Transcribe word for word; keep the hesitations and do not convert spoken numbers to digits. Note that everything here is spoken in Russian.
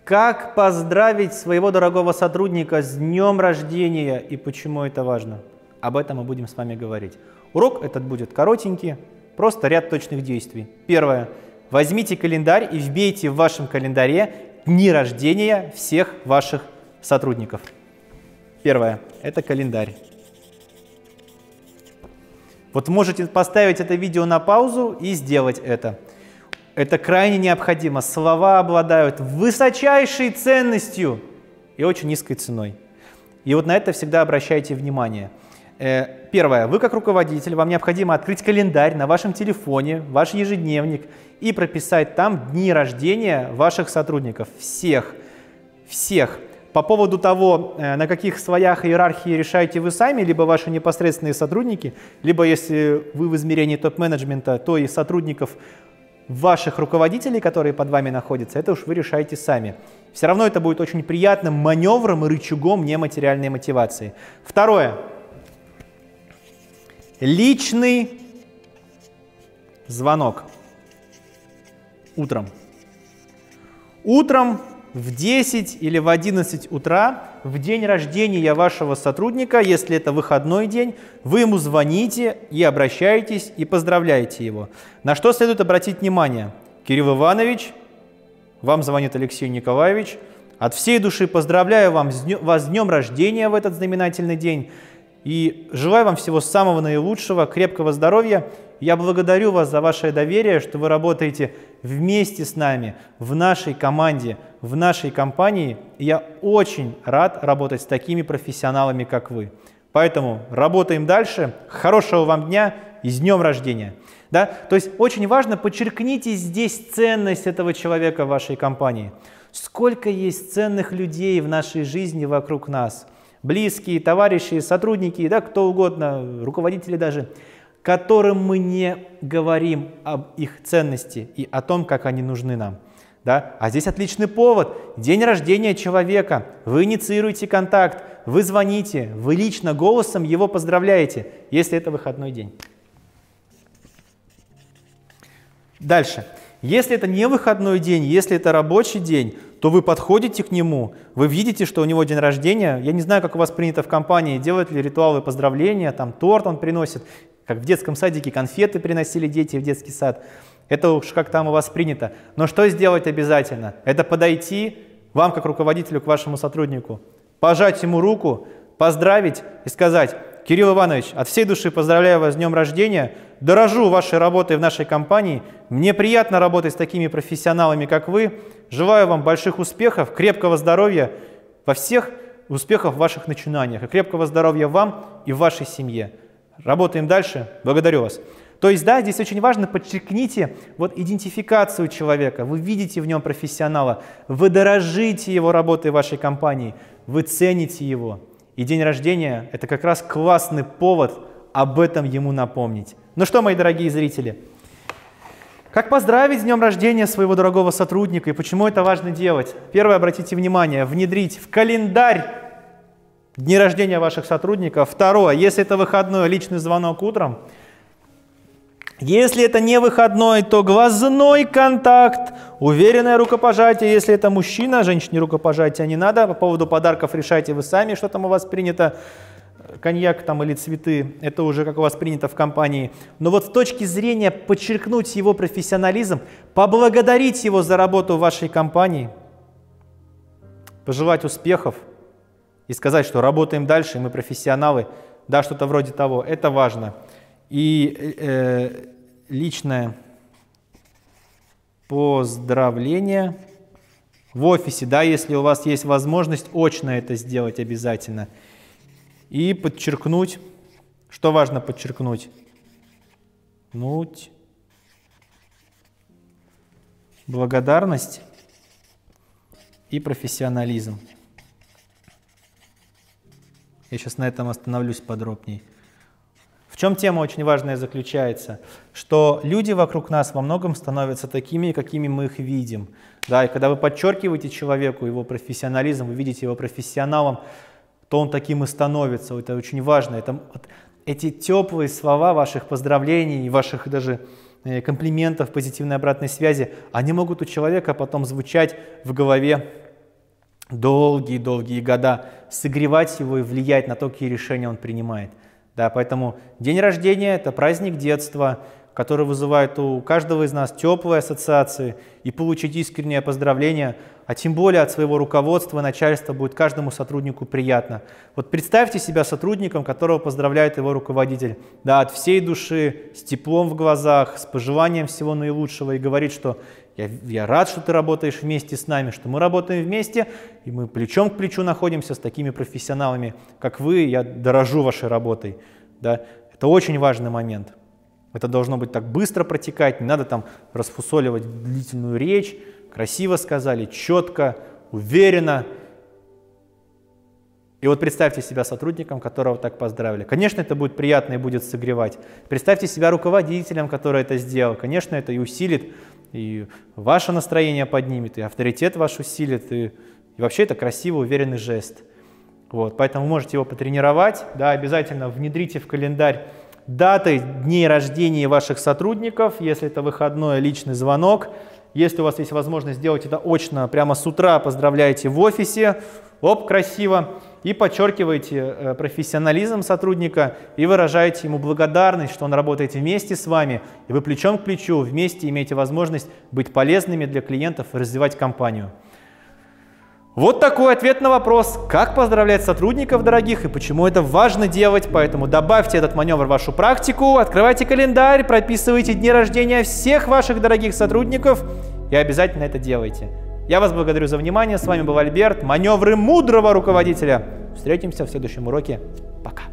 Как поздравить своего дорогого сотрудника с днем рождения и почему это важно? Об этом мы будем с вами говорить. Урок этот будет коротенький, просто ряд точных действий. Первое. Возьмите календарь и вбейте в вашем календаре дни рождения всех ваших сотрудников. Первое. Это календарь. Вот можете поставить это видео на паузу и сделать это. Это крайне необходимо. Слова обладают высочайшей ценностью и очень низкой ценой. И вот на это всегда обращайте внимание. Первое. Вы как руководитель, вам необходимо открыть календарь на вашем телефоне, ваш ежедневник и прописать там дни рождения ваших сотрудников. Всех. Всех. По поводу того, на каких слоях иерархии решаете вы сами, либо ваши непосредственные сотрудники, либо если вы в измерении топ-менеджмента, то и сотрудников ваших руководителей, которые под вами находятся, это уж вы решаете сами. Все равно это будет очень приятным маневром и рычагом нематериальной мотивации. Второе. Личный звонок. Утром. Утром в десять или в одиннадцать утра, в день рождения вашего сотрудника, если это выходной день, вы ему звоните и обращаетесь и поздравляете его. На что следует обратить внимание? Кирилл Иванович, вам звонит Алексей Николаевич. От всей души поздравляю вам с днем, вас с днем рождения в этот знаменательный день. И желаю вам всего самого наилучшего, крепкого здоровья. Я благодарю вас за ваше доверие, что вы работаете вместе с нами, в нашей команде, в нашей компании. И я очень рад работать с такими профессионалами, как вы. Поэтому работаем дальше. Хорошего вам дня и с днем рождения. Да? То есть очень важно, подчеркните здесь ценность этого человека в вашей компании. Сколько есть ценных людей в нашей жизни вокруг нас. Близкие, товарищи, сотрудники, да, кто угодно, руководители даже, которым мы не говорим об их ценности и о том, как они нужны нам. Да? А здесь отличный повод. День рождения человека. Вы инициируете контакт, вы звоните, вы лично голосом его поздравляете, если это выходной день. Дальше. Если это не выходной день, если это рабочий день, то вы подходите к нему, вы видите, что у него день рождения. Я не знаю, как у вас принято в компании, делают ли ритуалы поздравления, там торт он приносит, как в детском садике конфеты приносили дети в детский сад. Это уж как там у вас принято. Но что сделать обязательно? Это подойти вам, как руководителю, к вашему сотруднику, пожать ему руку, поздравить и сказать: Кирилл Иванович, от всей души поздравляю вас с днем рождения, дорожу вашей работой в нашей компании, мне приятно работать с такими профессионалами, как вы, желаю вам больших успехов, крепкого здоровья во всех успехах в ваших начинаниях, и крепкого здоровья вам и в вашей семье. Работаем дальше, благодарю вас. То есть, да, здесь очень важно, подчеркните вот идентификацию человека, вы видите в нем профессионала, вы дорожите его работой в вашей компании, вы цените его. И день рождения – это как раз классный повод об этом ему напомнить. Ну что, мои дорогие зрители, как поздравить с днем рождения своего дорогого сотрудника и почему это важно делать? Первое, обратите внимание, внедрить в календарь дни рождения ваших сотрудников. Второе, если это выходной, личный звонок утром. Если это не выходной, то глазной контакт, уверенное рукопожатие. Если это мужчина, женщине рукопожатия не надо. По поводу подарков решайте вы сами, что там у вас принято. Коньяк там или цветы, это уже как у вас принято в компании. Но вот с точки зрения подчеркнуть его профессионализм, поблагодарить его за работу в вашей компании, пожелать успехов и сказать, что работаем дальше, мы профессионалы, да, что-то вроде того, это важно. И э, личное поздравление в офисе, да, если у вас есть возможность очно это сделать обязательно. И подчеркнуть, что важно подчеркнуть? Нуть, благодарность и профессионализм. Я сейчас на этом остановлюсь подробнее. В чем тема очень важная заключается? Что люди вокруг нас во многом становятся такими, какими мы их видим. Да, и когда вы подчеркиваете человеку его профессионализм, вы видите его профессионалом, то он таким и становится. Это очень важно. Это, эти теплые слова ваших поздравлений, ваших даже комплиментов, позитивной обратной связи, они могут у человека потом звучать в голове долгие-долгие года согревать его и влиять на то, какие решения он принимает. Да, поэтому день рождения – это праздник детства, который вызывает у каждого из нас теплые ассоциации, и получить искреннее поздравление, а тем более от своего руководства, начальства, будет каждому сотруднику приятно. Вот представьте себя сотрудником, которого поздравляет его руководитель, да, от всей души, с теплом в глазах, с пожеланием всего наилучшего, и говорит, что я, я рад, что ты работаешь вместе с нами, что мы работаем вместе, и мы плечом к плечу находимся с такими профессионалами, как вы, я дорожу вашей работой. Да. Это очень важный момент. Это должно быть так быстро протекать, не надо там расфусоливать длительную речь, красиво сказали, четко, уверенно. И вот представьте себя сотрудником, которого так поздравили. Конечно, это будет приятно и будет согревать. Представьте себя руководителем, который это сделал. Конечно, это и усилит, и ваше настроение поднимет, и авторитет ваш усилит, и, и вообще это красивый, уверенный жест. Вот, поэтому можете его потренировать, да, обязательно внедрите в календарь даты дней рождения ваших сотрудников, если это выходной, личный звонок. Если у вас есть возможность сделать это очно, прямо с утра поздравляете в офисе, оп, красиво, и подчеркиваете профессионализм сотрудника и выражаете ему благодарность, что он работает вместе с вами, и вы плечом к плечу вместе имеете возможность быть полезными для клиентов и развивать компанию. Вот такой ответ на вопрос, как поздравлять сотрудников дорогих и почему это важно делать. Поэтому добавьте этот маневр в вашу практику, открывайте календарь, прописывайте дни рождения всех ваших дорогих сотрудников и обязательно это делайте. Я вас благодарю за внимание. С вами был Альберт. Маневры мудрого руководителя. Встретимся в следующем уроке. Пока.